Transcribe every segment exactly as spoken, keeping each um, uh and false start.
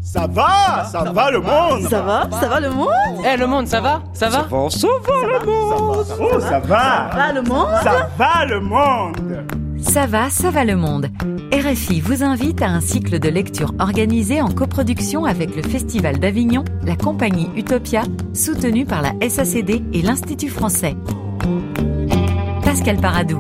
Ça va, ça, ça va le monde. Ça va, ça va le monde. Eh hey, le monde, ça va, ça va. Ça va, ça va le monde. Oh, ça va. Ça va le monde. Ça va le monde. Ça va, ça va le monde. R F I vous invite à un cycle de lecture organisé en coproduction avec le Festival d'Avignon, la compagnie Utopia, soutenue par la S A C D et l'Institut français. Pascal Paradou.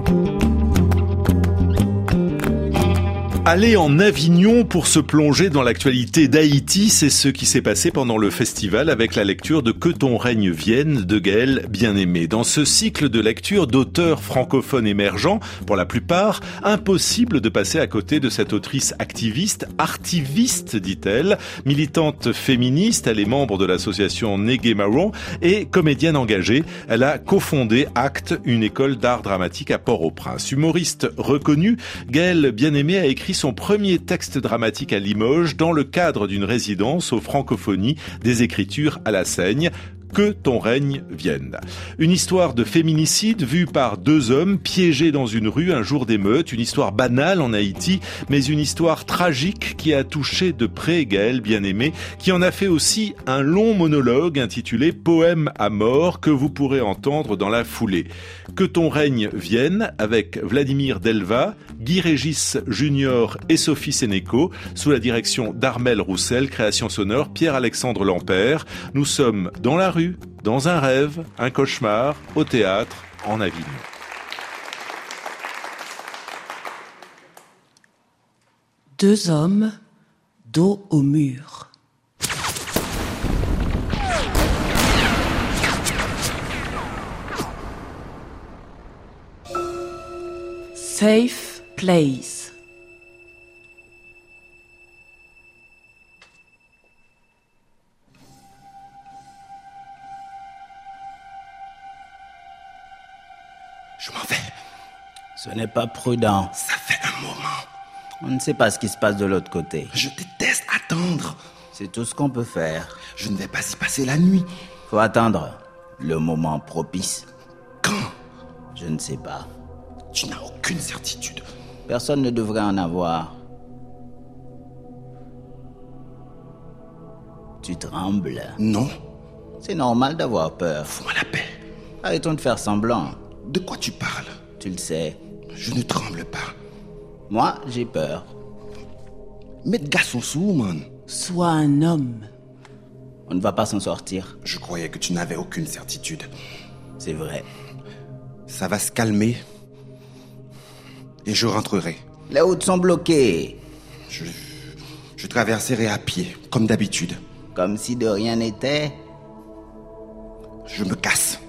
Aller en Avignon pour se plonger dans l'actualité d'Haïti, c'est ce qui s'est passé pendant le festival avec la lecture de Que ton règne vienne de Gaëlle Bien-Aimé. Dans ce cycle de lecture d'auteurs francophones émergents, pour la plupart, impossible de passer à côté de cette autrice activiste, artiviste, dit-elle, militante féministe, elle est membre de l'association Négué Marron et comédienne engagée. Elle a cofondé Acte, une école d'art dramatique à Port-au-Prince. Humoriste reconnue, Gaëlle Bien-Aimé a écrit son premier texte dramatique à Limoges dans le cadre d'une résidence aux francophonies des écritures à la Seigne. Que ton règne vienne. Une histoire de féminicide vue par deux hommes piégés dans une rue un jour d'émeute. Une histoire banale en Haïti, mais une histoire tragique qui a touché de près Gaëlle Bien-Aimé, qui en a fait aussi un long monologue intitulé Poème à mort que vous pourrez entendre dans la foulée. Que ton règne vienne avec Vladimir Delva, Guy Régis Junior et Sophie Sénéco, sous la direction d'Armel Roussel, création sonore Pierre-Alexandre Lampère. Nous sommes dans la rue, dans un rêve, un cauchemar, au théâtre, en Avignon. Deux hommes, dos au mur. Safe place. Je m'en vais. Ce n'est pas prudent. Ça fait un moment. On ne sait pas ce qui se passe de l'autre côté. Je déteste attendre. C'est tout ce qu'on peut faire. Je ne vais pas y passer la nuit. Faut attendre le moment propice. Quand? Je ne sais pas. Tu n'as aucune certitude. Personne ne devrait en avoir. Tu trembles? Non. C'est normal d'avoir peur. Fous-moi la paix. Arrêtons de faire semblant. De quoi tu parles? Tu le sais. Je ne tremble pas. Moi, j'ai peur. Mais de gars sont sourds, man. Sois un homme. On ne va pas s'en sortir. Je croyais que tu n'avais aucune certitude. C'est vrai. Ça va se calmer. Et je rentrerai. Les routes sont bloquées. Je... Je traverserai à pied, comme d'habitude. Comme si de rien n'était. Je me casse.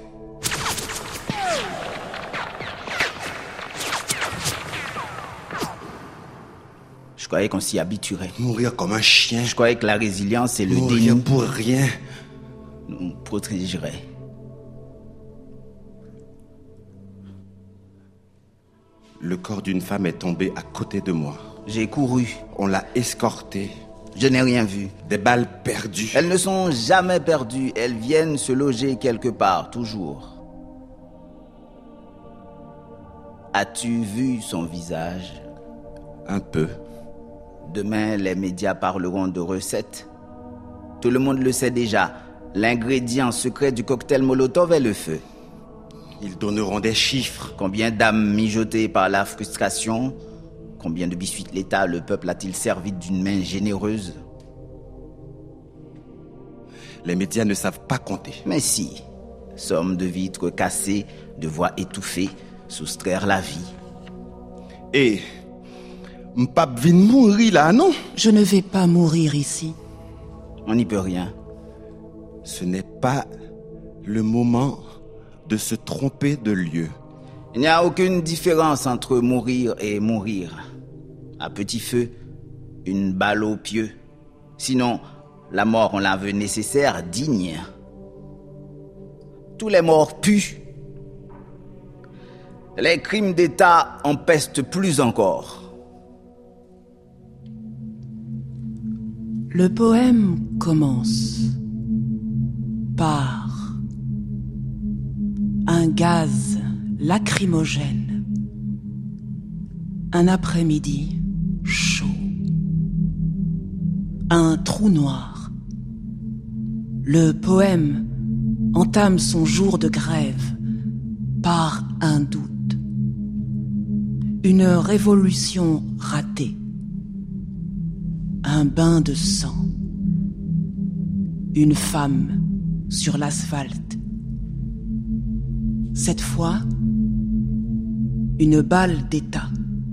Je croyais qu'on s'y habituerait. Mourir comme un chien. Je croyais que la résilience et le Mourir déni pour rien. nous protégeraient. Le corps d'une femme est tombé à côté de moi. J'ai couru. On l'a escortée. Je n'ai rien vu. Des balles perdues. Elles ne sont jamais perdues. Elles viennent se loger quelque part, toujours. As-tu vu son visage? Un peu. Demain, les médias parleront de recettes. Tout le monde le sait déjà. L'ingrédient secret du cocktail Molotov est le feu. Ils donneront des chiffres. Combien d'âmes mijotées par la frustration? Combien de biscuits l'État le peuple a-t-il servi d'une main généreuse? Les médias ne savent pas compter. Mais si. Somme de vitres cassées, de voix étouffées, soustraire la vie. Et... M'pap vient mourir là, non? Je ne vais pas mourir ici. On n'y peut rien. Ce n'est pas le moment de se tromper de lieu. Il n'y a aucune différence entre mourir et mourir. À petit feu, une balle au pieu. Sinon, la mort, on la veut nécessaire, digne. Tous les morts puent. Les crimes d'État empestent plus encore. Le poème commence par un gaz lacrymogène, un après-midi chaud. Un trou noir. Le poème entame son jour de grève par un doute. Une révolution ratée. Un bain de sang. Une femme sur l'asphalte. Cette fois, une balle d'État.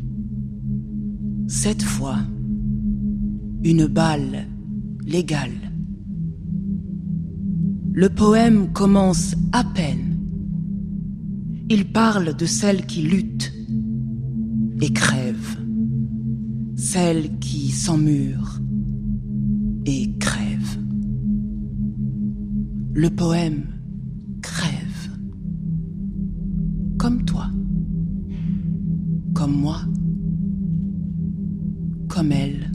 Cette fois, une balle légale. Le poème commence à peine. Il parle de celle qui lutte et crève. Celle qui s'emmure et crève. Le poème crève. Comme toi. Comme moi. Comme elle.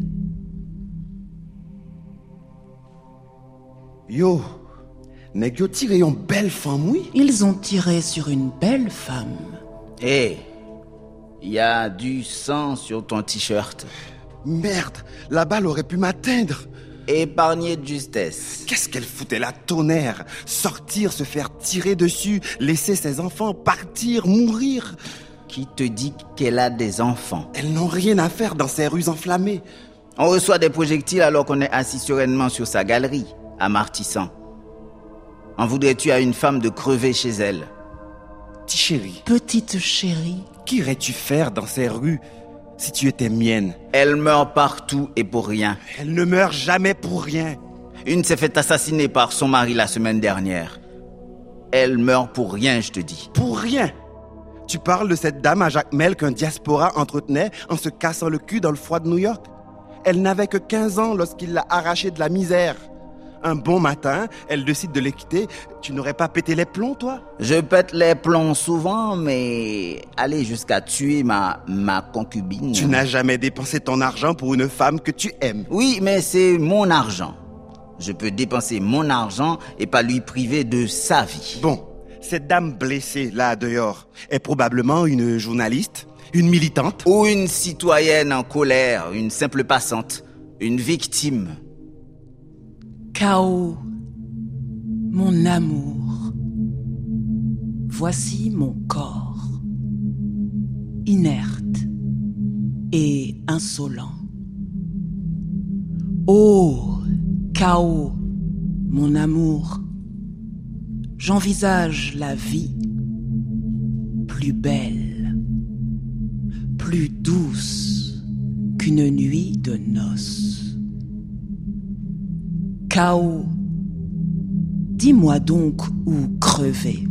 Yo, nèg yo tiré yon belle femme, oui? Ils ont tiré sur une belle femme. Hé, il y a du sang sur ton t-shirt. Merde, la balle aurait pu m'atteindre. Épargné de justesse. Qu'est-ce qu'elle foutait là, tonnerre? Sortir, se faire tirer dessus, laisser ses enfants partir, mourir. Qui te dit qu'elle a des enfants? Elles n'ont rien à faire dans ces rues enflammées. On reçoit des projectiles alors qu'on est assis sereinement sur sa galerie, amartissant. En voudrais-tu à une femme de crever chez elle? Petit chéri, Petite chérie. qu'irais-tu faire dans ces rues si tu étais mienne? Elle meurt partout et pour rien. Elle ne meurt jamais pour rien. Une s'est fait assassiner par son mari la semaine dernière. Elle meurt pour rien, je te dis. Pour rien. Tu parles de cette dame à Jacmel qu'un diaspora entretenait en se cassant le cul dans le froid de New York. Elle n'avait que quinze ans lorsqu'il l'a arrachée de la misère. Un bon matin, elle décide de les quitter. Tu n'aurais pas pété les plombs, toi? Je pète les plombs souvent, mais aller jusqu'à tuer ma, ma concubine... Tu n'as jamais dépensé ton argent pour une femme que tu aimes. Oui, mais c'est mon argent. Je peux dépenser mon argent et pas lui priver de sa vie. Bon, cette dame blessée, là, dehors, est probablement une journaliste, une militante. Ou une citoyenne en colère, une simple passante, une victime. Chaos, mon amour. Voici mon corps, inerte et insolent. Oh, chaos, mon amour. J'envisage la vie plus belle, plus douce qu'une nuit de noces. Chaos, dis-moi donc où crever.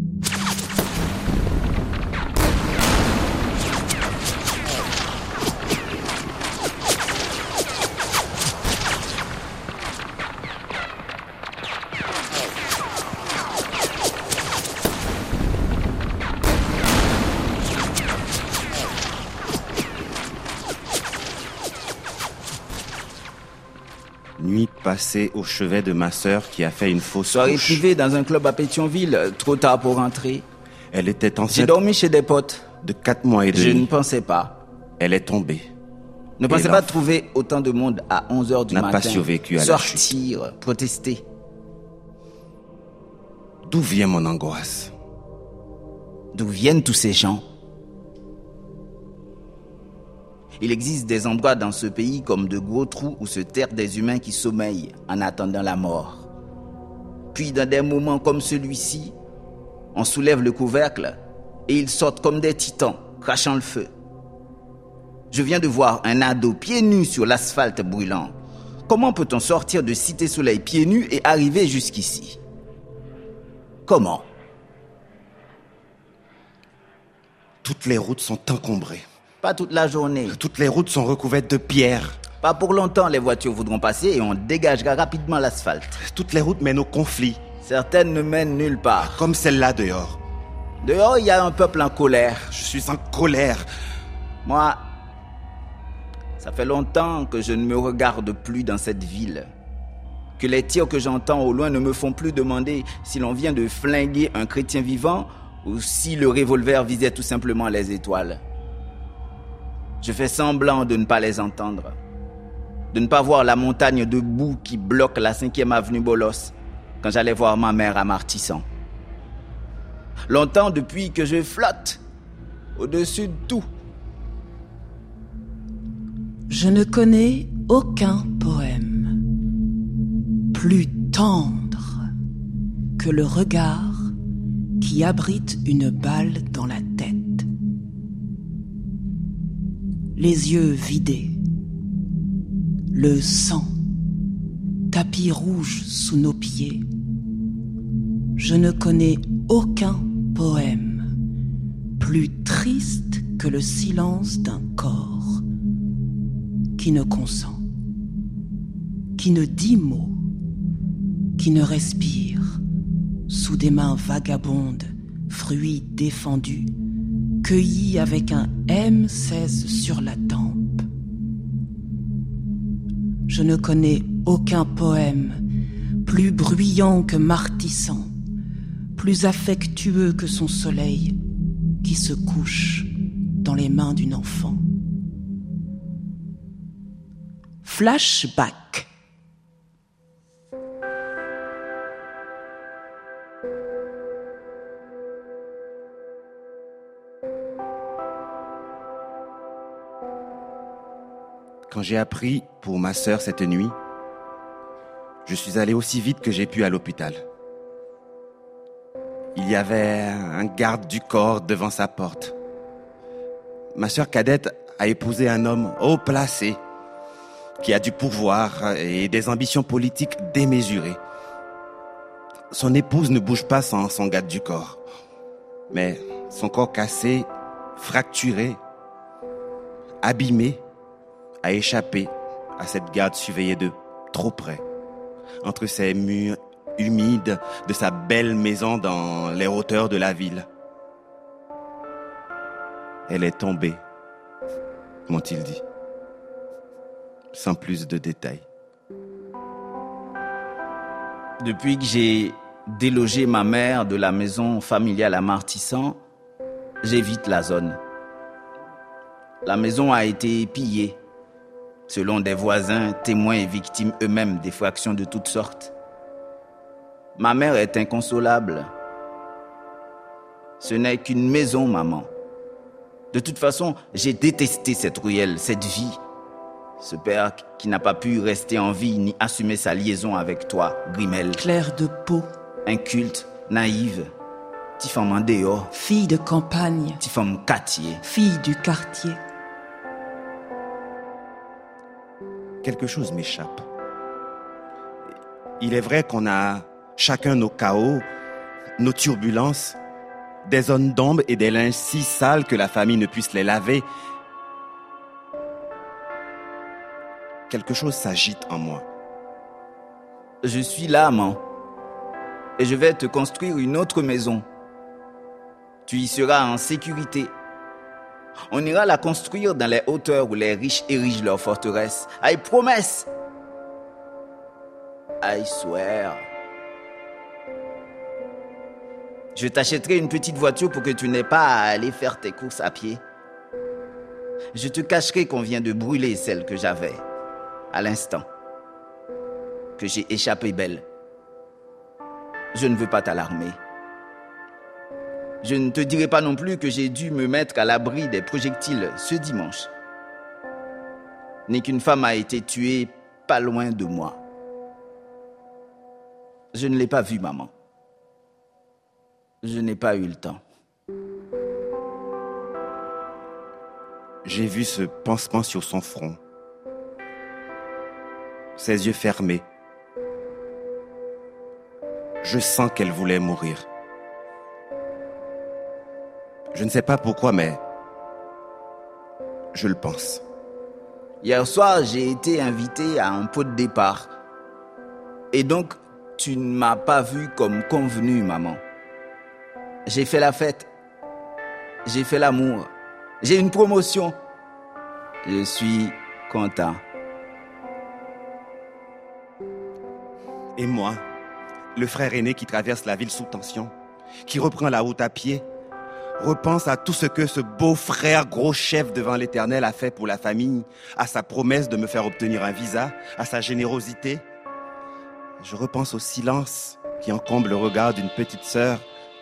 Nuit passée au chevet de ma sœur qui a fait une fausse Soirée couche. privée dans un club à Pétionville, trop tard pour rentrer. Elle était J'ai enceinte dormi chez des potes. de quatre mois et Je ne demi. pensais pas. Elle est tombée. Ne pensais Et pas l'enfant trouver autant de monde à onze heures du n'a matin. pas survécu à la Sortir, protester. D'où vient mon angoisse? D'où viennent tous ces gens? Il existe des endroits dans ce pays comme de gros trous où se terrent des humains qui sommeillent en attendant la mort. Puis dans des moments comme celui-ci, on soulève le couvercle et ils sortent comme des titans, crachant le feu. Je viens de voir un ado pieds nus sur l'asphalte brûlant. Comment peut-on sortir de Cité Soleil pieds nus et arriver jusqu'ici? Comment? Toutes les routes sont encombrées. Pas toute la journée. Toutes les routes sont recouvertes de pierres. Pas pour longtemps, les voitures voudront passer et on dégagera rapidement l'asphalte. Toutes les routes mènent au conflit, Certaines ne mènent nulle part. comme celle-là dehors. Dehors, il y a un peuple en colère. Je suis en colère. Moi, ça fait longtemps que je ne me regarde plus dans cette ville. Que les tirs que j'entends au loin ne me font plus demander si l'on vient de flinguer un chrétien vivant ou si le revolver visait tout simplement les étoiles. Je fais semblant de ne pas les entendre. de ne pas voir la montagne de boue qui bloque la cinquième avenue Bolos quand j'allais voir ma mère à Martissan. Longtemps depuis que je flotte au-dessus de tout. Je ne connais aucun poème plus tendre que le regard qui abrite une balle dans la tête. Les yeux vidés, le sang, tapis rouge sous nos pieds. Je ne connais aucun poème plus triste que le silence d'un corps qui ne consent, qui ne dit mot, qui ne respire, sous des mains vagabondes, fruits défendus, cueillis avec un M seize sur la tempe. Je ne connais aucun poème plus bruyant que Martissan, plus affectueux que son soleil qui se couche dans les mains d'une enfant. Flashback. Quand j'ai appris pour ma sœur cette nuit, je suis allé aussi vite que j'ai pu à l'hôpital. Il y avait un garde du corps devant sa porte. Ma sœur cadette a épousé un homme haut placé qui a du pouvoir et des ambitions politiques démesurées. Son épouse ne bouge pas sans son garde du corps. Mais son corps cassé, fracturé, abîmé, a échappé à cette garde surveillée de trop près, entre ces murs humides de sa belle maison dans les hauteurs de la ville. Elle est tombée, m'ont-ils dit, sans plus de détails. Depuis que j'ai délogé ma mère de la maison familiale à Martissan, j'évite la zone. La maison a été pillée, selon des voisins, témoins et victimes eux-mêmes d'effractions de toutes sortes. Ma mère est inconsolable. Ce n'est qu'une maison, maman. De toute façon, j'ai détesté cette ruelle, cette vie. Ce père qui n'a pas pu rester en vie ni assumer sa liaison avec toi, Grimel. Claire de peau. Inculte, naïve. Ti femme en dehors. Fille de campagne. Ti femme quartier. Fille du quartier. Quelque chose m'échappe. Il est vrai qu'on a chacun nos chaos, nos turbulences, des zones d'ombre et des linges si sales que la famille ne puisse les laver. Quelque chose s'agite en moi. Je suis là, maman. Et je vais te construire une autre maison. Tu y seras en sécurité. On ira la construire dans les hauteurs où les riches érigent leurs forteresses. I promise. I swear. Je t'achèterai une petite voiture pour que tu n'aies pas à aller faire tes courses à pied. Je te cacherai qu'on vient de brûler celle que j'avais, à l'instant, que j'ai échappé belle. Je ne veux pas t'alarmer. Je ne te dirai pas non plus que j'ai dû me mettre à l'abri des projectiles ce dimanche, ni qu'une femme a été tuée pas loin de moi. Je ne l'ai pas vue, maman. Je n'ai pas eu le temps. J'ai vu ce pansement sur son front, ses yeux fermés. Je sens qu'elle voulait mourir. Je ne sais pas pourquoi, mais je le pense. Hier soir, j'ai été invité à un pot de départ. Et donc, tu ne m'as pas vu comme convenu, maman. J'ai fait la fête. J'ai fait l'amour. J'ai une promotion. Je suis content. Et moi, le frère aîné qui traverse la ville sous tension, qui reprend la route à pied, Repense à tout ce que ce beau frère gros chef devant l'Éternel a fait pour la famille, à sa promesse de me faire obtenir un visa, à sa générosité. Je repense au silence qui encombre le regard d'une petite sœur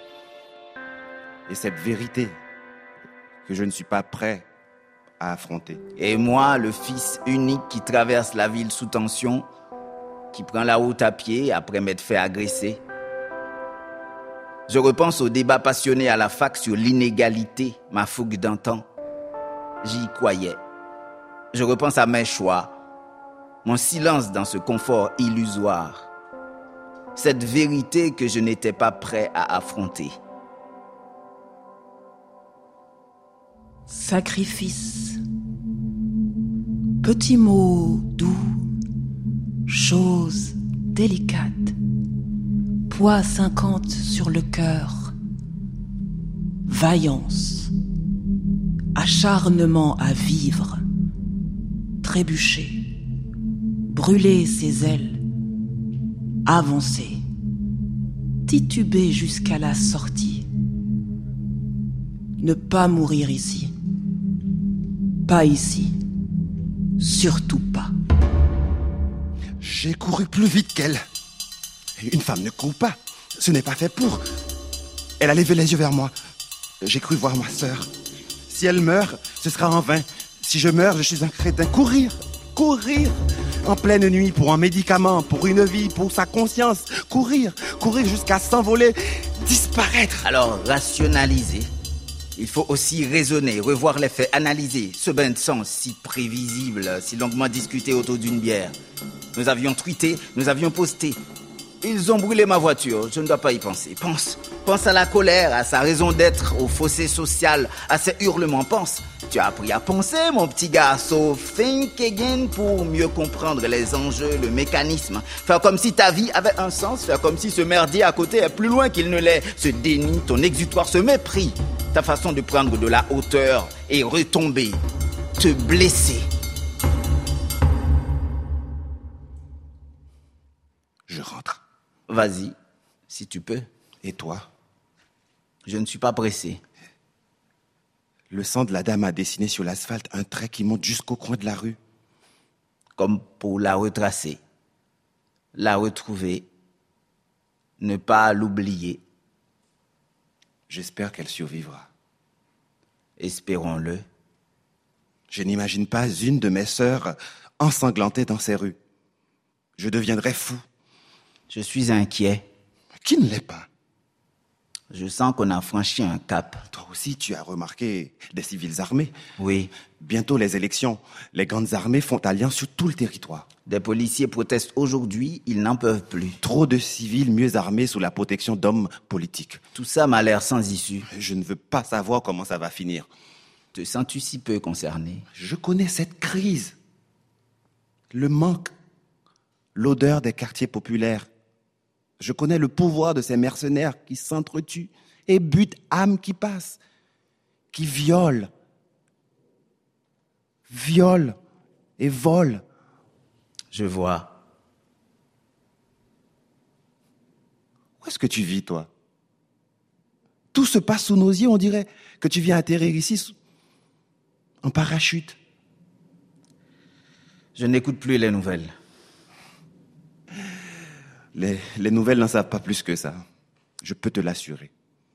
et cette vérité que je ne suis pas prêt à affronter. Et moi, le fils unique qui traverse la ville sous tension, qui prend la route à pied après m'être fait agresser. Je repense au débat passionné à la fac sur l'inégalité, ma fougue d'antan. J'y croyais. Je repense à mes choix, mon silence dans ce confort illusoire, cette vérité que je n'étais pas prêt à affronter. Sacrifice. Petit mot doux, chose délicate. Poids cinquante sur le cœur. Vaillance. Acharnement à vivre. Trébucher. Brûler ses ailes. Avancer. Tituber jusqu'à la sortie. Ne pas mourir ici. Pas ici. Surtout pas. J'ai couru plus vite qu'elle. Une femme ne court pas. Ce n'est pas fait pour. Elle a levé les yeux vers moi. J'ai cru voir ma sœur. Si elle meurt, ce sera en vain. Si je meurs, je suis un crétin. Courir, courir. En pleine nuit pour un médicament, pour une vie, pour sa conscience. Courir, courir jusqu'à s'envoler, disparaître. Alors, rationaliser. Il faut aussi raisonner, revoir les faits, analyser ce bain de sang si prévisible, si longuement discuté autour d'une bière. Nous avions tweeté, nous avions posté. Ils ont brûlé ma voiture, je ne dois pas y penser. Pense, pense à la colère, à sa raison d'être, au fossé social, à ses hurlements. Pense, tu as appris à penser, mon petit garçon. Think again pour mieux comprendre les enjeux, le mécanisme. Faire comme si ta vie avait un sens, faire comme si ce merdier à côté est plus loin qu'il ne l'est. Ce déni, ton exutoire, ce mépris, ta façon de prendre de la hauteur et retomber, te blesser. Je rentre. Vas-y, si tu peux. Et toi? Je ne suis pas pressé. Le sang de la dame a dessiné sur l'asphalte un trait qui monte jusqu'au coin de la rue. Comme pour la retracer, la retrouver, ne pas l'oublier. J'espère qu'elle survivra. Espérons-le. Je n'imagine pas une de mes sœurs ensanglantée dans ces rues. Je deviendrais fou. Je suis inquiet. Qui ne l'est pas? Je sens qu'on a franchi un cap. Toi aussi, tu as remarqué des civils armés. Oui. Bientôt les élections. Les grandes armées font alliance sur tout le territoire. Des policiers protestent aujourd'hui, ils n'en peuvent plus. Trop de civils mieux armés sous la protection d'hommes politiques. Tout ça m'a l'air sans issue. Je ne veux pas savoir comment ça va finir. Te sens-tu si peu concerné? Je connais cette crise. Le manque. L'odeur des quartiers populaires. Je connais le pouvoir de ces mercenaires qui s'entretuent et butent âmes qui passent, qui violent, violent et volent. Je vois. Où est-ce que tu vis, toi? Tout se passe sous nos yeux, on dirait que tu viens atterrir ici en parachute. Je n'écoute plus les nouvelles. Les, les nouvelles n'en savent pas plus que ça. Je peux te l'assurer.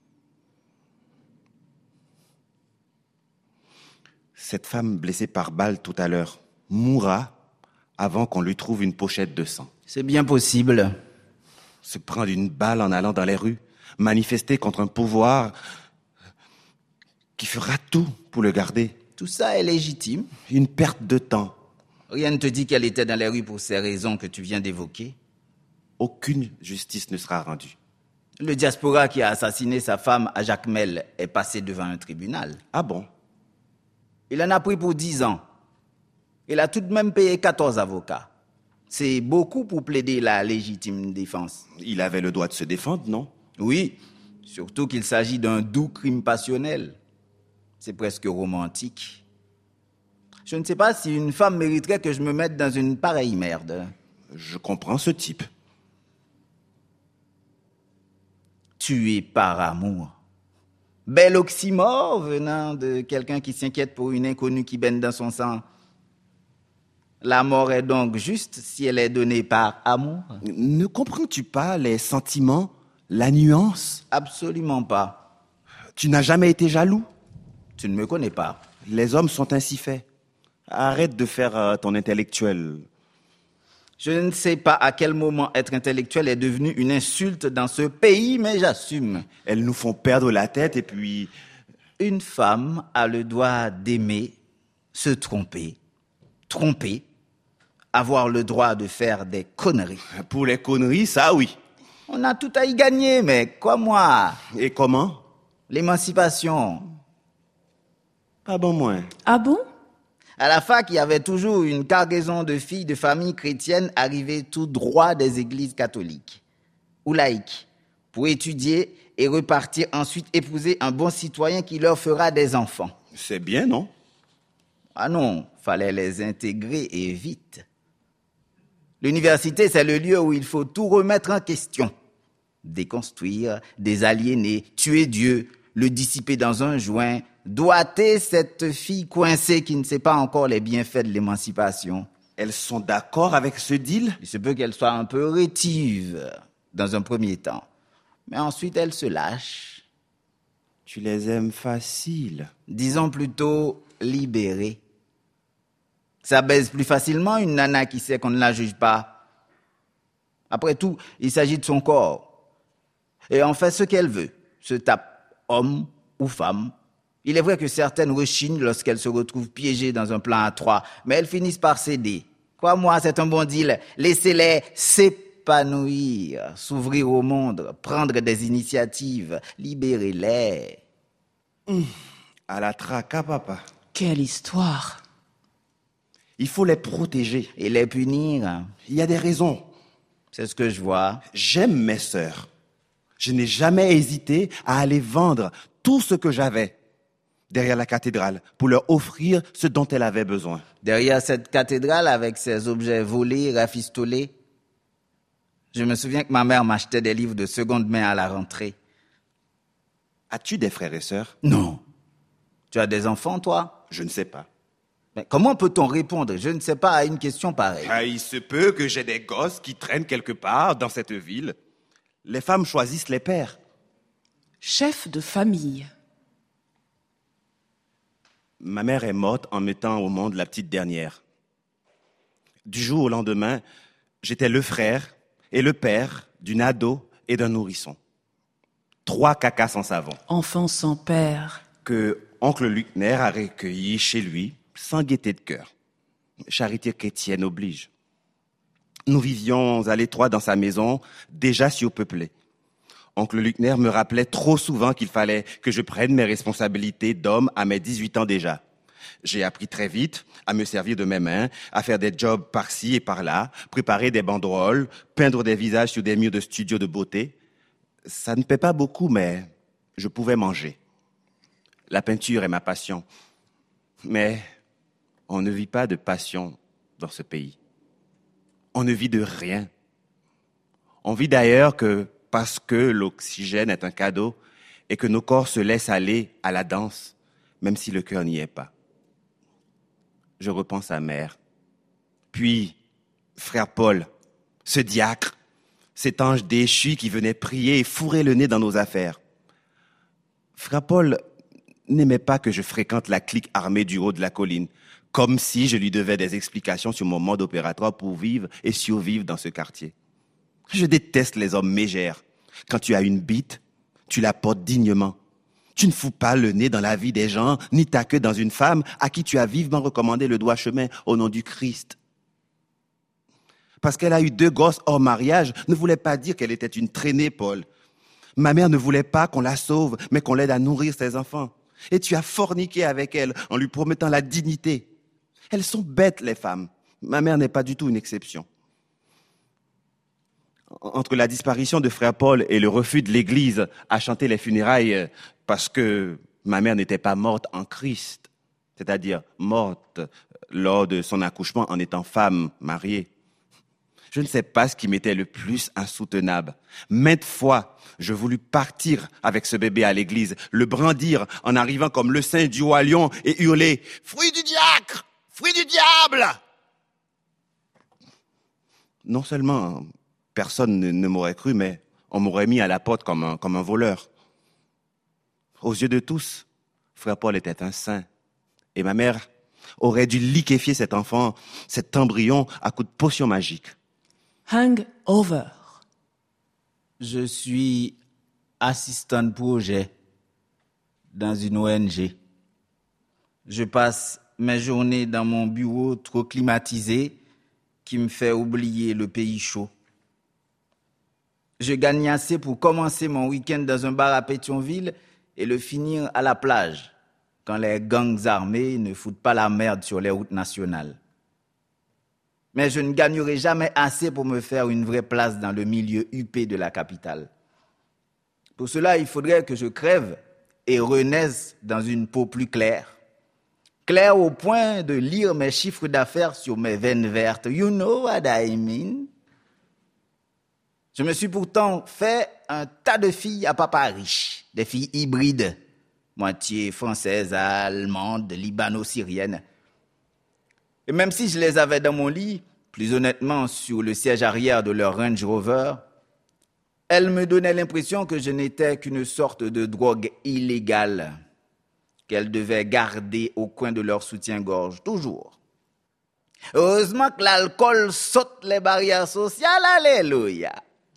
Cette femme blessée par balle tout à l'heure mourra avant qu'on lui trouve une pochette de sang. C'est bien possible. Se prendre une balle en allant dans les rues, manifester contre un pouvoir qui fera tout pour le garder. Tout ça est légitime. Une perte de temps. Rien ne te dit qu'elle était dans les rues pour ces raisons que tu viens d'évoquer. Aucune justice ne sera rendue. Le diaspora qui a assassiné sa femme à Jacmel est passé devant un tribunal. Ah bon? Il en a pris pour dix ans. Il a tout de même payé quatorze avocats. C'est beaucoup pour plaider la légitime défense. Il avait le droit de se défendre, non? Oui, surtout qu'il s'agit d'un doux crime passionnel. C'est presque romantique. Je ne sais pas si une femme mériterait que je me mette dans une pareille merde. Je comprends ce type. Tuer par amour. Bel oxymore venant de quelqu'un qui s'inquiète pour une inconnue qui baigne dans son sang. La mort est donc juste si elle est donnée par amour? Ne comprends-tu pas les sentiments, la nuance? Absolument pas. Tu n'as jamais été jaloux? Tu ne me connais pas. Les hommes sont ainsi faits. Arrête de faire euh, ton intellectuel. Je ne sais pas à quel moment être intellectuel est devenu une insulte dans ce pays, mais j'assume. Elles nous font perdre la tête et puis... Une femme a le droit d'aimer, se tromper, tromper, avoir le droit de faire des conneries. Pour les conneries, ça oui. On a tout à y gagner, mais quoi moi? Et comment? L'émancipation. Pas bon moins. Ah bon? À la fac, il y avait toujours une cargaison de filles de familles chrétiennes arrivées tout droit des églises catholiques ou laïques pour étudier et repartir ensuite épouser un bon citoyen qui leur fera des enfants. C'est bien, non? Ah non, fallait les intégrer et vite. L'université, c'est le lieu où il faut tout remettre en question. Déconstruire, désaliéner, tuer Dieu, le dissiper dans un joint, doiter cette fille coincée qui ne sait pas encore les bienfaits de l'émancipation. Elles sont d'accord avec ce deal? Il se peut qu'elle soit un peu rétive dans un premier temps. Mais ensuite, elle se lâche. Tu les aimes faciles. Disons plutôt libérée. Ça baise plus facilement une nana qui sait qu'on ne la juge pas. Après tout, il s'agit de son corps. Et on fait ce qu'elle veut. Se tape homme ou femme. Il est vrai que certaines rechignent lorsqu'elles se retrouvent piégées dans un plan à trois, mais elles finissent par céder. Crois-moi, c'est un bon deal. Laissez-les s'épanouir, s'ouvrir au monde, prendre des initiatives, libérez-les. Mmh. À la traque, papa. Quelle histoire! Il faut les protéger. Et les punir. Il y a des raisons. C'est ce que je vois. J'aime mes sœurs. Je n'ai jamais hésité à aller vendre tout ce que j'avais derrière la cathédrale pour leur offrir ce dont elles avaient besoin. Derrière cette cathédrale, avec ses objets volés, rafistolés, je me souviens que ma mère m'achetait des livres de seconde main à la rentrée. As-tu des frères et sœurs? Non. Tu as des enfants, toi? Je ne sais pas. Mais comment peut-on répondre, je ne sais pas, à une question pareille? Ah, il se peut que j'ai des gosses qui traînent quelque part dans cette ville. Les femmes choisissent les pères. Chef de famille. Ma mère est morte en mettant au monde la petite dernière. Du jour au lendemain, j'étais le frère et le père d'une ado et d'un nourrisson. Trois cacas sans savon. Enfant sans père. Que oncle Luckner a recueilli chez lui sans gaieté de cœur. Charité chrétienne oblige. Nous vivions à l'étroit dans sa maison, déjà surpeuplée. Oncle Luckner me rappelait trop souvent qu'il fallait que je prenne mes responsabilités d'homme à mes dix-huit ans déjà. J'ai appris très vite à me servir de mes mains, à faire des jobs par-ci et par-là, préparer des banderoles, peindre des visages sur des murs de studio de beauté. Ça ne paie pas beaucoup, mais je pouvais manger. La peinture est ma passion. Mais on ne vit pas de passion dans ce pays. On ne vit de rien. On vit d'ailleurs que parce que l'oxygène est un cadeau et que nos corps se laissent aller à la danse, même si le cœur n'y est pas. Je repense à mère. Puis, frère Paul, ce diacre, cet ange déchu qui venait prier et fourrer le nez dans nos affaires. Frère Paul n'aimait pas que je fréquente la clique armée du haut de la colline, comme si je lui devais des explications sur mon mode opératoire pour vivre et survivre dans ce quartier. Je déteste les hommes mégères. Quand tu as une bite, tu la portes dignement. Tu ne fous pas le nez dans la vie des gens, ni ta queue dans une femme à qui tu as vivement recommandé le droit chemin au nom du Christ. Parce qu'elle a eu deux gosses hors mariage, ne voulait pas dire qu'elle était une traînée, Paul. Ma mère ne voulait pas qu'on la sauve, mais qu'on l'aide à nourrir ses enfants. Et tu as forniqué avec elle en lui promettant la dignité. Elles sont bêtes, les femmes. Ma mère n'est pas du tout une exception. Entre la disparition de frère Paul et le refus de l'Église à chanter les funérailles parce que ma mère n'était pas morte en Christ, c'est-à-dire morte lors de son accouchement en étant femme mariée, Je ne sais pas ce qui m'était le plus insoutenable. Maintes fois, je voulus partir avec ce bébé à l'église, le brandir en arrivant comme le saint du roi lion et hurler « Fruit du diacre! Fruit du diable !» Non seulement personne ne, ne m'aurait cru, mais on m'aurait mis à la porte comme un, comme un voleur. Aux yeux de tous, frère Paul était un saint. Et ma mère aurait dû liquéfier cet enfant, cet embryon, à coups de potion magique. Hangover. Je suis assistant de projet dans une O N G. Je passe mes journées dans mon bureau trop climatisé qui me fait oublier le pays chaud. Je gagne assez pour commencer mon week-end dans un bar à Pétionville et le finir à la plage, quand les gangs armés ne foutent pas la merde sur les routes nationales. Mais je ne gagnerai jamais assez pour me faire une vraie place dans le milieu huppé de la capitale. Pour cela, il faudrait que je crève et renaisse dans une peau plus claire. Claire au point de lire mes chiffres d'affaires sur mes veines vertes. You know what I mean? Je me suis pourtant fait un tas de filles à papa riche, des filles hybrides, moitié françaises, allemandes, libano-syriennes. Et même si je les avais dans mon lit, plus honnêtement sur le siège arrière de leur Range Rover, elles me donnaient l'impression que je n'étais qu'une sorte de drogue illégale qu'elles devaient garder au coin de leur soutien-gorge, toujours. Heureusement que l'alcool saute les barrières sociales, alléluia.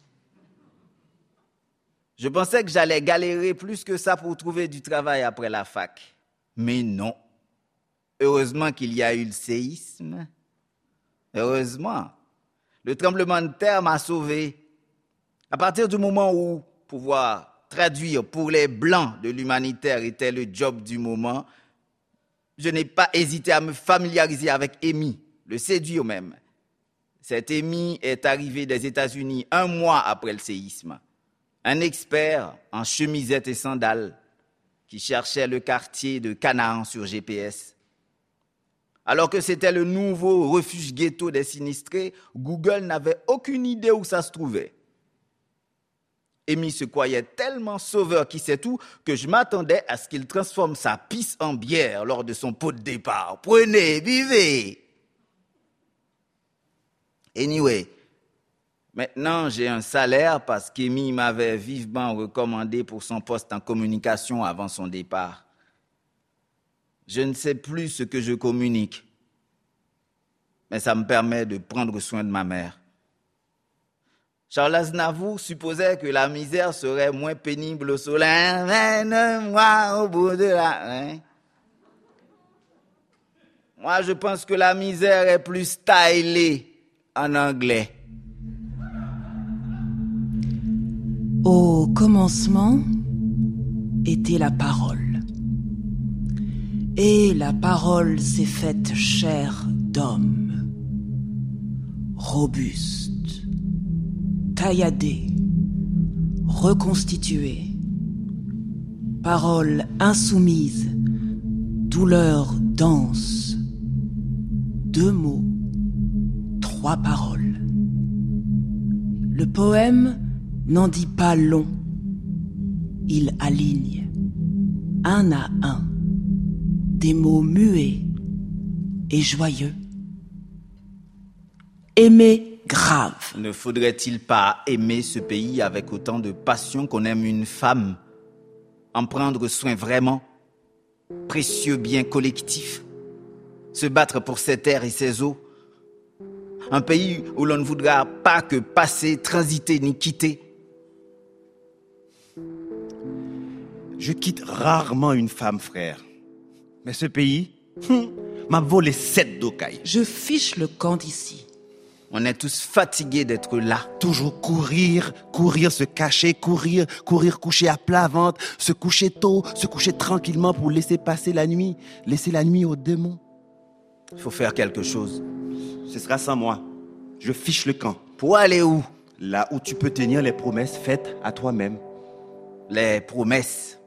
Je pensais que j'allais galérer plus que ça pour trouver du travail après la fac. Mais non. Heureusement qu'il y a eu le séisme. Heureusement. Le tremblement de terre m'a sauvé. À partir du moment où pouvoir traduire pour les Blancs de l'humanitaire était le job du moment, je n'ai pas hésité à me familiariser avec Amy, le séduire même. Cet Amy est arrivé des États-Unis un mois après le séisme. Un expert en chemisette et sandales qui cherchait le quartier de Canaan sur G P S. Alors que c'était le nouveau refuge ghetto des sinistrés, Google n'avait aucune idée où ça se trouvait. Amy se croyait tellement sauveur qui sait tout que je m'attendais à ce qu'il transforme sa pisse en bière lors de son pot de départ. Prenez, buvez. Anyway, maintenant j'ai un salaire parce qu'Amy m'avait vivement recommandé pour son poste en communication avant son départ. Je ne sais plus ce que je communique, mais ça me permet de prendre soin de ma mère. Charles Aznavour supposait que la misère serait moins pénible au soleil. Mène-moi au bout de la... Hein? Moi, je pense que la misère est plus stylée en anglais. Au commencement était la parole. Et la parole s'est faite chair d'homme, robuste, tailladée, reconstituée. Parole insoumise, douleur dense. Deux mots, trois paroles. Le poème n'en dit pas long. Il aligne, un à un, des mots muets et joyeux. Aimer grave. Ne faudrait-il pas aimer ce pays avec autant de passion qu'on aime une femme? En prendre soin vraiment? Précieux bien collectif? Se battre pour ses terres et ses eaux? Un pays où l'on ne voudra pas que passer, transiter ni quitter? Je quitte rarement une femme, frère. Mais ce pays hum, m'a volé sept docailles. Je fiche le camp d'ici. On est tous fatigués d'être là. Toujours courir, courir, se cacher, courir, courir, coucher à plat ventre, se coucher tôt, se coucher tranquillement pour laisser passer la nuit, laisser la nuit aux démons. Il faut faire quelque chose. Ce sera sans moi. Je fiche le camp. Pour aller où? Là où tu peux tenir les promesses faites à toi-même. Les promesses.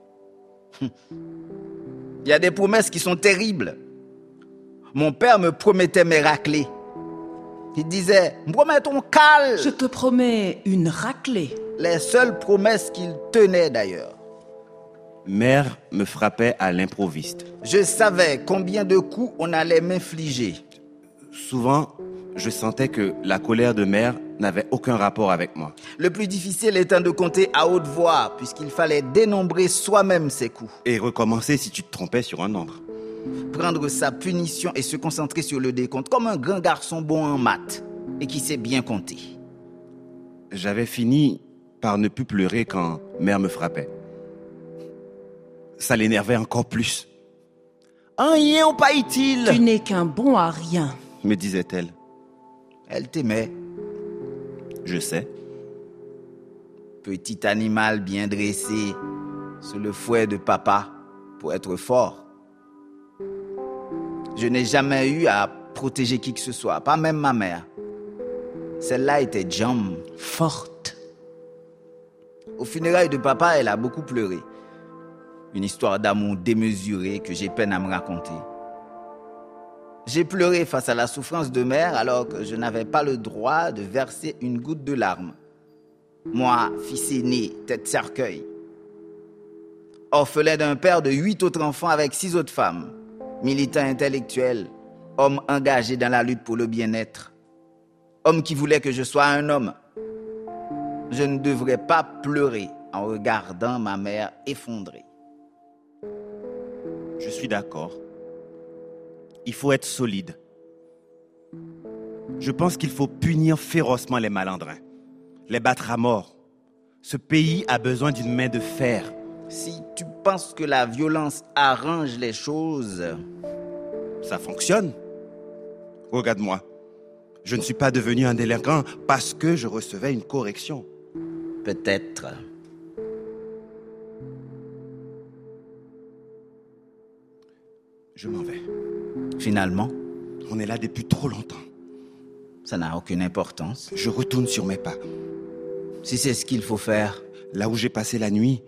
Il y a des promesses qui sont terribles. Mon père me promettait mes raclés. Il disait « Promets ton cal !» Je te promets une raclée. Les seules promesses qu'il tenait d'ailleurs. Mère me frappait à l'improviste. Je savais combien de coups on allait m'infliger. Souvent, je sentais que la colère de mère n'avait aucun rapport avec moi. Le plus difficile étant de compter à haute voix, puisqu'il fallait dénombrer soi-même ses coups. Et recommencer si tu te trompais sur un nombre. Prendre sa punition et se concentrer sur le décompte, comme un grand garçon bon en maths et qui sait bien compter. J'avais fini par ne plus pleurer quand mère me frappait. Ça l'énervait encore plus. « Rien pas utile !» Tu n'es qu'un bon à rien, me disait-elle. Elle t'aimait. Je sais. Petit animal bien dressé sous le fouet de papa pour être fort. Je n'ai jamais eu à protéger qui que ce soit, pas même ma mère. Celle-là était Jam. forte. Au funérailles de papa, elle a beaucoup pleuré. Une histoire d'amour démesurée que j'ai peine à me raconter. J'ai pleuré face à la souffrance de mère alors que je n'avais pas le droit de verser une goutte de larmes. Moi, fils aîné, tête cercueil. Orphelin d'un père de huit autres enfants avec six autres femmes. Militant intellectuel, homme engagé dans la lutte pour le bien-être. Homme qui voulait que je sois un homme. Je ne devrais pas pleurer en regardant ma mère effondrée. Je suis d'accord. Il faut être solide. Je pense qu'il faut punir férocement les malandrins, les battre à mort. Ce pays a besoin d'une main de fer. Si tu penses que la violence arrange les choses... Ça fonctionne. Regarde-moi. Je ne suis pas devenu un délinquant parce que je recevais une correction. Peut-être. Je m'en vais. Finalement, on est là depuis trop longtemps. Ça n'a aucune importance. Je retourne sur mes pas. Si c'est ce qu'il faut faire. Là où j'ai passé la nuit.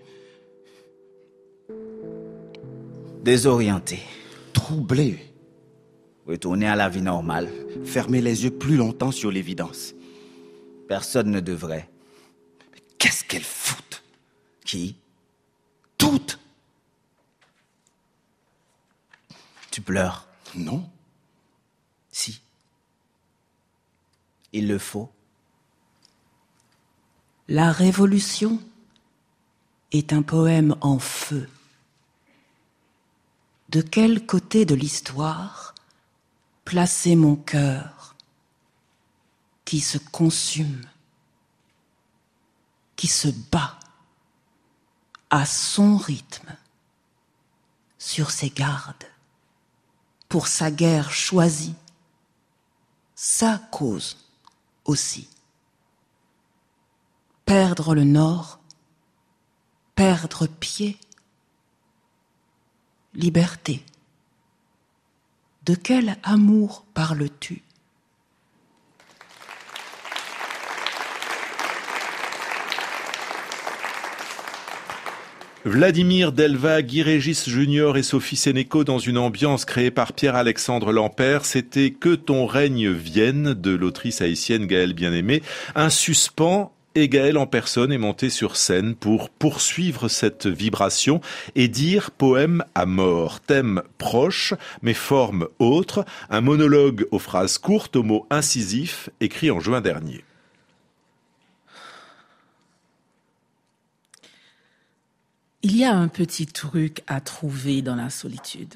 Désorienté. Troublé. Retourner à la vie normale. Fermer les yeux plus longtemps sur l'évidence. Personne ne devrait. Mais qu'est-ce qu'elles foutent? Qui? Toutes. Tu pleures? Non. Si. Il le faut. La Révolution est un poème en feu. De quel côté de l'histoire placer mon cœur qui se consume, qui se bat à son rythme, sur ses gardes, pour sa guerre choisie, sa cause aussi. Perdre le nord, perdre pied, liberté. De quel amour parles-tu? Vladimir Delva, Guy Régis Junior et Sophie Sénéco dans une ambiance créée par Pierre-Alexandre Lampert. C'était Que ton règne vienne de l'autrice haïtienne Gaëlle Bien-Aimé. Un suspens. Et Gaëlle en personne est monté sur scène pour poursuivre cette vibration et dire poème à mort. Thème proche, mais forme autre. Un monologue aux phrases courtes, aux mots incisifs, écrit en juin dernier. Il y a un petit truc à trouver dans la solitude.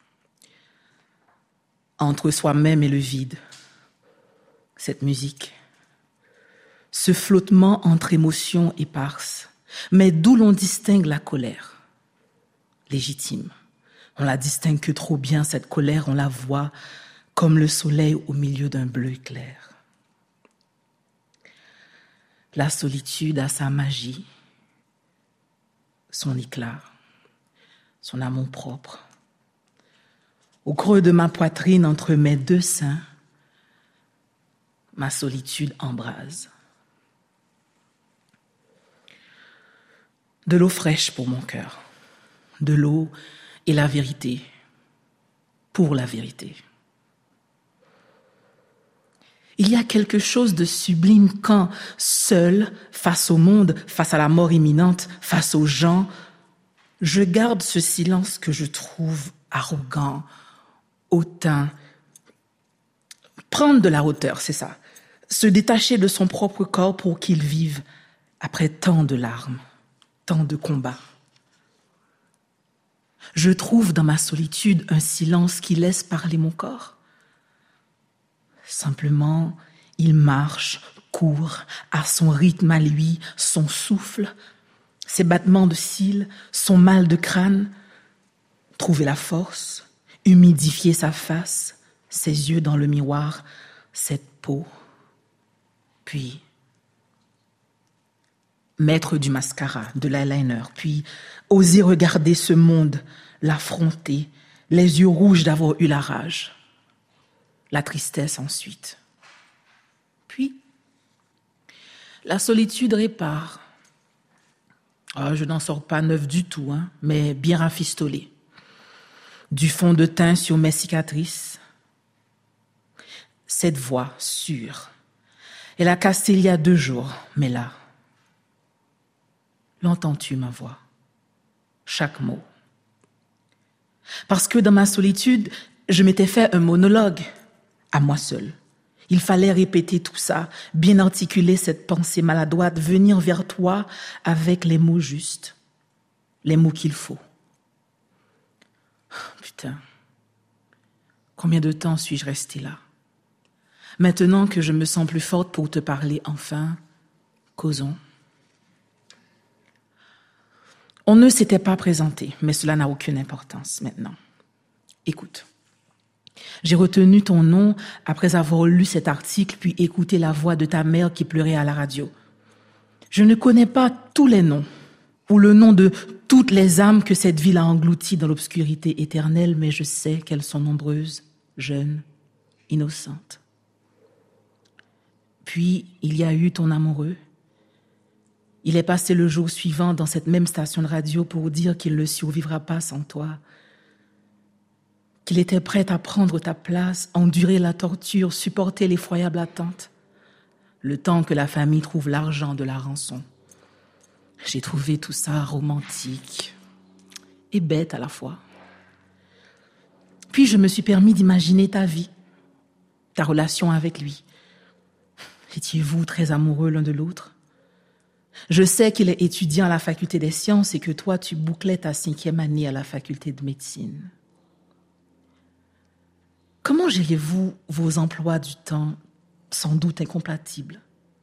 Entre soi-même et le vide. Cette musique. Ce flottement entre émotions éparses, mais d'où l'on distingue la colère. Légitime. On la distingue que trop bien, cette colère, on la voit comme le soleil au milieu d'un bleu clair. La solitude a sa magie, son éclat, son amour propre. Au creux de ma poitrine, entre mes deux seins, ma solitude embrase. De l'eau fraîche pour mon cœur, de l'eau et la vérité, pour la vérité. Il y a quelque chose de sublime quand, seul, face au monde, face à la mort imminente, face aux gens, je garde ce silence que je trouve arrogant, hautain. Prendre de la hauteur, c'est ça. Se détacher de son propre corps pour qu'il vive après tant de larmes, tant de combats. Je trouve dans ma solitude un silence qui laisse parler mon corps. Simplement, il marche, court, à son rythme à lui, son souffle, ses battements de cils, son mal de crâne. Trouver la force, humidifier sa face, ses yeux dans le miroir, cette peau. Puis, mettre du mascara, de l'eyeliner, puis oser regarder ce monde, l'affronter, les yeux rouges d'avoir eu la rage. La tristesse ensuite. Puis, la solitude répare. Oh, je n'en sors pas neuf du tout, hein, mais bien rafistolée. Du fond de teint sur mes cicatrices. Cette voix sûre. Elle a cassé il y a deux jours, mais là, l'entends-tu ma voix? Chaque mot. Parce que dans ma solitude, je m'étais fait un monologue à moi seule. Il fallait répéter tout ça, bien articuler cette pensée maladroite, venir vers toi avec les mots justes, les mots qu'il faut. Putain, combien de temps suis-je restée là? Maintenant que je me sens plus forte pour te parler, enfin, causons. On ne s'était pas présenté, mais cela n'a aucune importance maintenant. Écoute. J'ai retenu ton nom après avoir lu cet article puis écouté la voix de ta mère qui pleurait à la radio. Je ne connais pas tous les noms ou le nom de toutes les âmes que cette ville a englouties dans l'obscurité éternelle, mais je sais qu'elles sont nombreuses, jeunes, innocentes. Puis, il y a eu ton amoureux. Il est passé le jour suivant dans cette même station de radio pour dire qu'il ne survivra pas sans toi, qu'il était prêt à prendre ta place, endurer la torture, supporter l'effroyable attente, le temps que la famille trouve l'argent de la rançon. J'ai trouvé tout ça romantique et bête à la fois. Puis je me suis permis d'imaginer ta vie, ta relation avec lui. Étiez-vous très amoureux l'un de l'autre? Je sais qu'il est étudiant à la faculté des sciences et que toi, tu bouclais ta cinquième année à la faculté de médecine. Comment gériez-vous vos emplois du temps, sans doute incompatibles?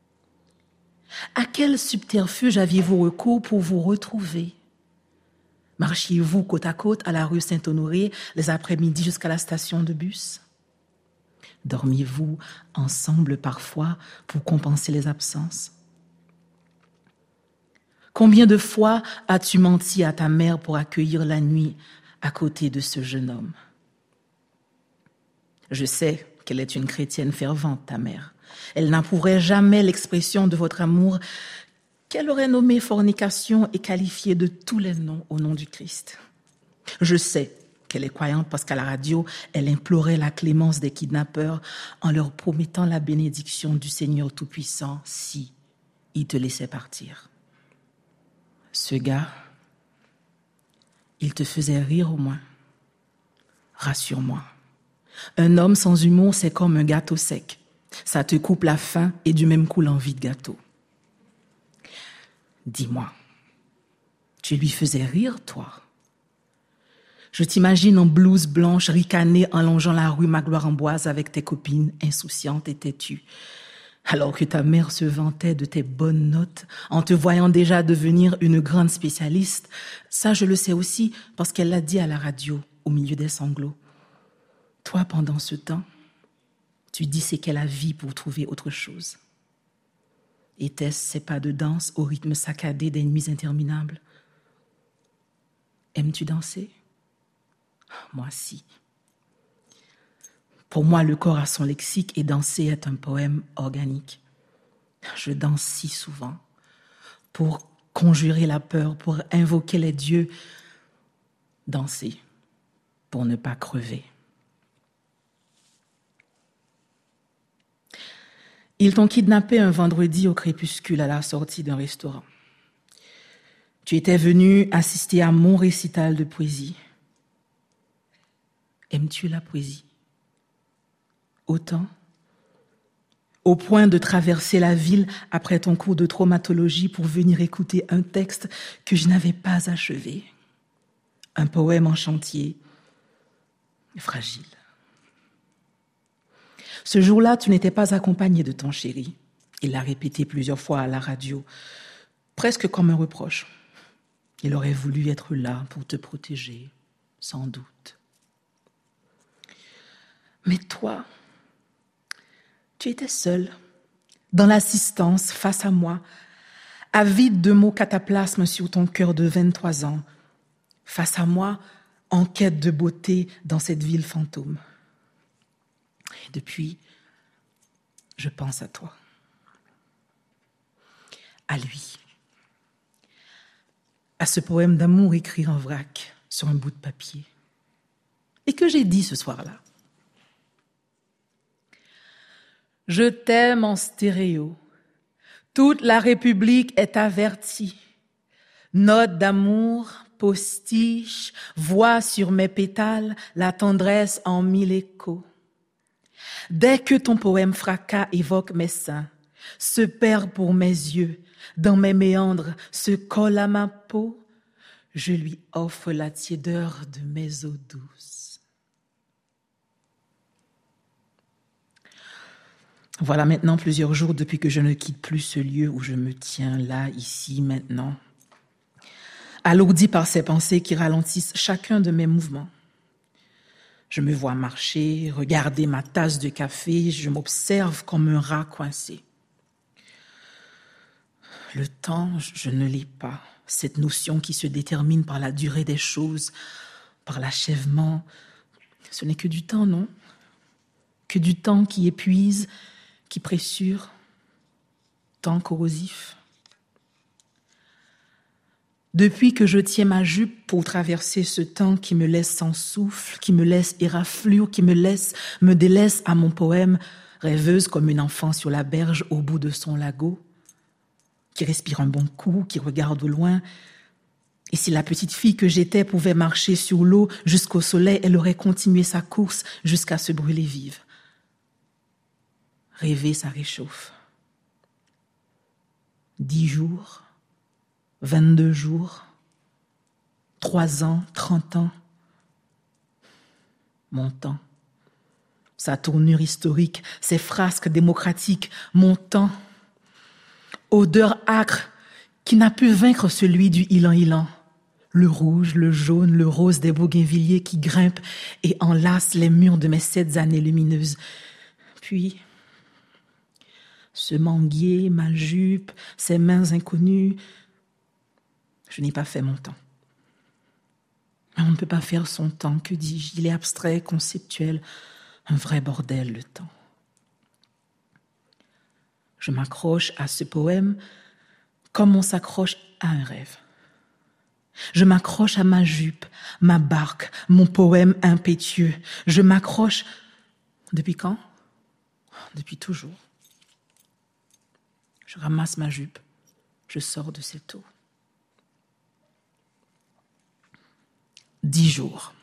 À quel subterfuge aviez-vous recours pour vous retrouver? Marchiez-vous côte à côte à la rue Saint-Honoré les après-midi jusqu'à la station de bus? Dormiez-vous ensemble parfois pour compenser les absences? Combien de fois as-tu menti à ta mère pour accueillir la nuit à côté de ce jeune homme? Je sais qu'elle est une chrétienne fervente, ta mère. Elle n'approuverait jamais l'expression de votre amour qu'elle aurait nommée fornication et qualifiée de tous les noms au nom du Christ. Je sais qu'elle est croyante parce qu'à la radio, elle implorait la clémence des kidnappeurs en leur promettant la bénédiction du Seigneur Tout-Puissant si il te laissait partir. Ce gars, il te faisait rire au moins. Rassure-moi. Un homme sans humour, c'est comme un gâteau sec. Ça te coupe la faim et du même coup l'envie de gâteau. Dis-moi, tu lui faisais rire, toi? Je t'imagine en blouse blanche, ricanée en longeant la rue Magloire-Amboise avec tes copines insouciantes et têtues. Alors que ta mère se vantait de tes bonnes notes, en te voyant déjà devenir une grande spécialiste. Ça, je le sais aussi, parce qu'elle l'a dit à la radio, au milieu des sanglots. Toi, pendant ce temps, tu disséquais la vie pour trouver autre chose. Était-ce ces pas de danse au rythme saccadé des nuits interminables? Aimes-tu danser? Moi, si. Pour moi, le corps a son lexique et danser est un poème organique. Je danse si souvent pour conjurer la peur, pour invoquer les dieux. Danser pour ne pas crever. Ils t'ont kidnappé un vendredi au crépuscule à la sortie d'un restaurant. Tu étais venu assister à mon récital de poésie. Aimes-tu la poésie? Autant? Au point de traverser la ville après ton cours de traumatologie pour venir écouter un texte que je n'avais pas achevé. Un poème en chantier, fragile. Ce jour-là, tu n'étais pas accompagné de ton chéri. Il l'a répété plusieurs fois à la radio, presque comme un reproche. Il aurait voulu être là pour te protéger, sans doute. Mais toi, tu étais seul, dans l'assistance, face à moi, avide de mots cataplasmes sur ton cœur de vingt-trois ans, face à moi, en quête de beauté dans cette ville fantôme. Et depuis, je pense à toi, à lui, à ce poème d'amour écrit en vrac sur un bout de papier, et que j'ai dit ce soir-là. Je t'aime en stéréo. Toute la République est avertie. Note d'amour, postiche, voix sur mes pétales, la tendresse en mille échos. Dès que ton poème fracas évoque mes seins, se perd pour mes yeux, dans mes méandres, se colle à ma peau, je lui offre la tiédeur de mes eaux douces. Voilà maintenant plusieurs jours depuis que je ne quitte plus ce lieu où je me tiens là, ici, maintenant, alourdi par ces pensées qui ralentissent chacun de mes mouvements. Je me vois marcher, regarder ma tasse de café, je m'observe comme un rat coincé. Le temps, je ne l'ai pas, cette notion qui se détermine par la durée des choses, par l'achèvement. Ce n'est que du temps, non? Que du temps qui épuise, qui pressure, temps corrosif. Depuis que je tiens ma jupe pour traverser ce temps qui me laisse sans souffle, qui me laisse éraflure, qui me laisse, me délaisse à mon poème, rêveuse comme une enfant sur la berge au bout de son lago, qui respire un bon coup, qui regarde au loin. Et si la petite fille que j'étais pouvait marcher sur l'eau jusqu'au soleil, elle aurait continué sa course jusqu'à se brûler vive. Rêver, ça réchauffe. Dix jours, vingt-deux jours, trois ans, trente ans. Mon temps, sa tournure historique, ses frasques démocratiques, mon temps. Odeur âcre qui n'a pu vaincre celui du ilan-ilan. Le rouge, le jaune, le rose des bougainvilliers qui grimpent et enlacent les murs de mes sept années lumineuses. Puis, ce manguier, ma jupe, ces mains inconnues, je n'ai pas fait mon temps. On ne peut pas faire son temps, que dis-je? Il est abstrait, conceptuel, un vrai bordel, le temps. Je m'accroche à ce poème comme on s'accroche à un rêve. Je m'accroche à ma jupe, ma barque, mon poème impétueux. Je m'accroche... Depuis quand? Depuis toujours. Je ramasse ma jupe, je sors de cette eau. Dix jours.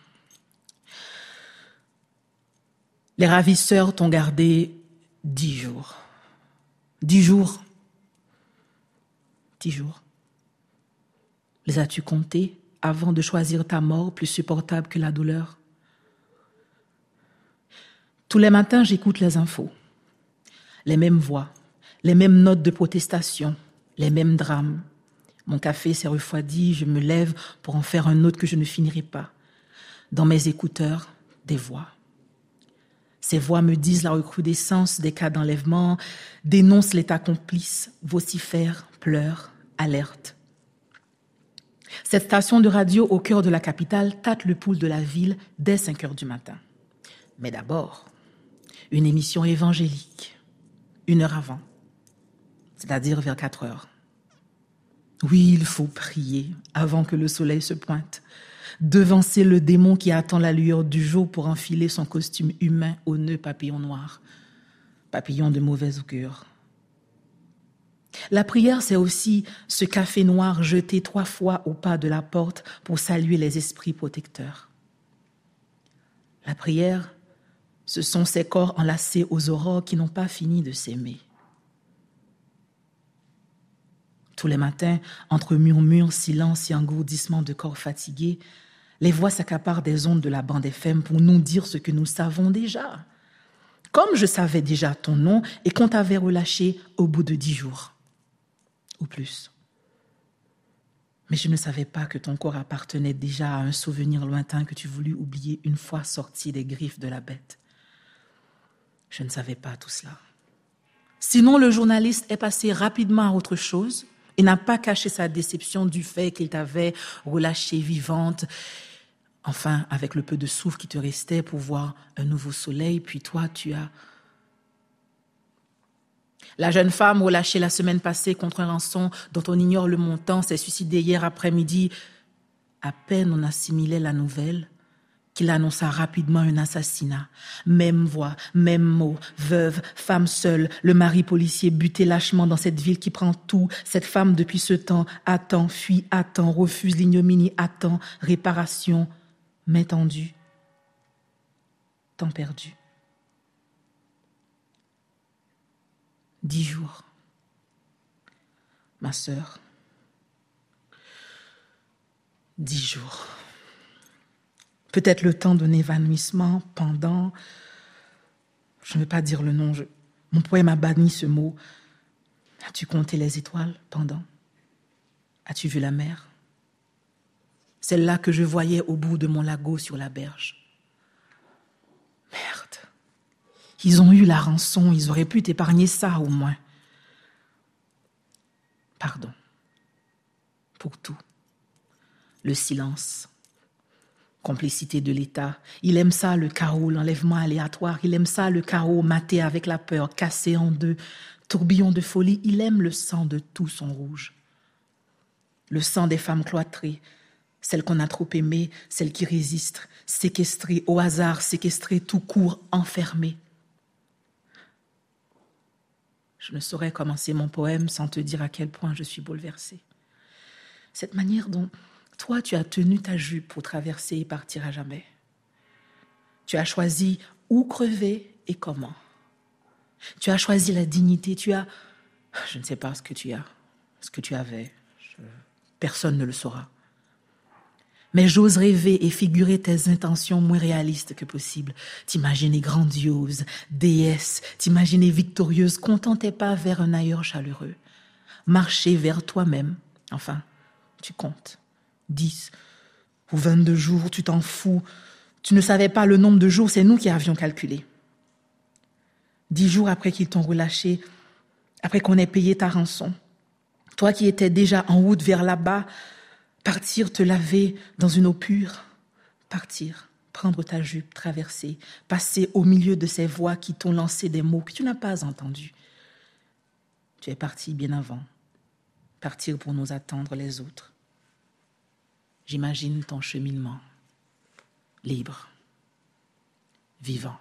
Les ravisseurs t'ont gardé dix jours. Dix jours. Dix jours. Les as-tu comptés avant de choisir ta mort plus supportable que la douleur? Tous les matins, j'écoute les infos. Les mêmes voix. Les mêmes notes de protestation, les mêmes drames. Mon café s'est refroidi, je me lève pour en faire un autre que je ne finirai pas. Dans mes écouteurs, des voix. Ces voix me disent la recrudescence des cas d'enlèvement, dénoncent l'état complice, vocifèrent, pleurent, alertent. Cette station de radio au cœur de la capitale tâte le pouls de la ville dès cinq heures du matin. Mais d'abord, une émission évangélique, une heure avant. C'est-à-dire vers quatre heures. Oui, il faut prier avant que le soleil se pointe, devancer le démon qui attend la lueur du jour pour enfiler son costume humain au nœud papillon noir. papillon de mauvaise augure. La prière, c'est aussi ce café noir jeté trois fois au pas de la porte pour saluer les esprits protecteurs. La prière, ce sont ces corps enlacés aux aurores qui n'ont pas fini de s'aimer. Tous les matins, entre murmures, silence et engourdissements de corps fatigués, les voix s'accaparent des ondes de la bande F M pour nous dire ce que nous savons déjà. Comme je savais déjà ton nom et qu'on t'avait relâché au bout de dix jours. Ou plus. Mais je ne savais pas que ton corps appartenait déjà à un souvenir lointain que tu voulus oublier une fois sorti des griffes de la bête. Je ne savais pas tout cela. Sinon, le journaliste est passé rapidement à autre chose et n'a pas caché sa déception du fait qu'il t'avait relâchée vivante, enfin, avec le peu de souffle qui te restait pour voir un nouveau soleil, puis toi, tu as... La jeune femme relâchée la semaine passée contre un rançon dont on ignore le montant s'est suicidée hier après-midi. À peine on assimilait la nouvelle qu'il annonça rapidement un assassinat. Même voix, même mots, veuve, femme seule, le mari policier buté lâchement dans cette ville qui prend tout. Cette femme depuis ce temps attend, fuit, attend, refuse l'ignominie, attend, réparation, main tendue, temps perdu. Dix jours. Ma sœur. Dix jours. Peut-être le temps d'un évanouissement pendant... Je ne veux pas dire le nom. Je, mon poème a banni ce mot. As-tu compté les étoiles pendant? As-tu vu la mer? Celle-là que je voyais au bout de mon lago sur la berge. Merde. Ils ont eu la rançon, ils auraient pu t'épargner ça au moins. Pardon. Pour tout. Le silence. Complicité de l'État. Il aime ça, le chaos, l'enlèvement aléatoire. Il aime ça, le chaos maté avec la peur, cassé en deux. Tourbillon de folie. Il aime le sang de tout son rouge. Le sang des femmes cloîtrées. Celles qu'on a trop aimées, celles qui résistent. Séquestrées au hasard, séquestrées tout court, enfermées. Je ne saurais commencer mon poème sans te dire à quel point je suis bouleversée. Cette manière dont toi, tu as tenu ta jupe pour traverser et partir à jamais. Tu as choisi où crever et comment. Tu as choisi la dignité. Tu as... Je ne sais pas ce que tu as, ce que tu avais. Je... Personne ne le saura. Mais j'ose rêver et figurer tes intentions moins réalistes que possible. T'imaginer grandiose, déesse, t'imaginer victorieuse, comptant tes pas vers un ailleurs chaleureux. Marcher vers toi-même. Enfin, tu comptes. Dix ou vingt-deux jours, tu t'en fous. Tu ne savais pas le nombre de jours, c'est nous qui avions calculé. Dix jours après qu'ils t'ont relâché, après qu'on ait payé ta rançon. Toi qui étais déjà en route vers là-bas, partir te laver dans une eau pure, partir, prendre ta jupe, traverser, passer au milieu de ces voix qui t'ont lancé des mots que tu n'as pas entendus. Tu es parti bien avant, partir pour nous attendre les autres. J'imagine ton cheminement, libre, vivant.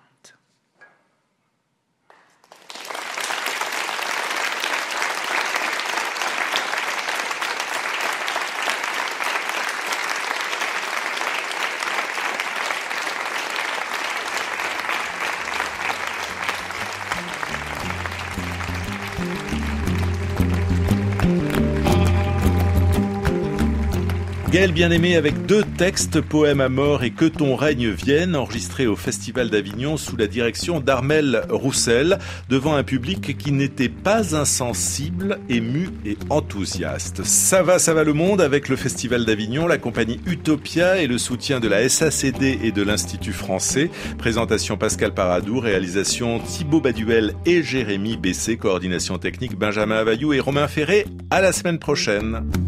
Gaël Bien-Aimé avec deux textes, Poème à mort et Que ton règne vienne, enregistrés au Festival d'Avignon sous la direction d'Armel Roussel, devant un public qui n'était pas insensible, ému et enthousiaste. Ça va, ça va le monde avec le Festival d'Avignon, la compagnie Utopia et le soutien de la S A C D et de l'Institut français. Présentation Pascal Paradou, réalisation Thibaut Baduel et Jérémy Bessé, coordination technique Benjamin Availlou et Romain Ferré. À la semaine prochaine.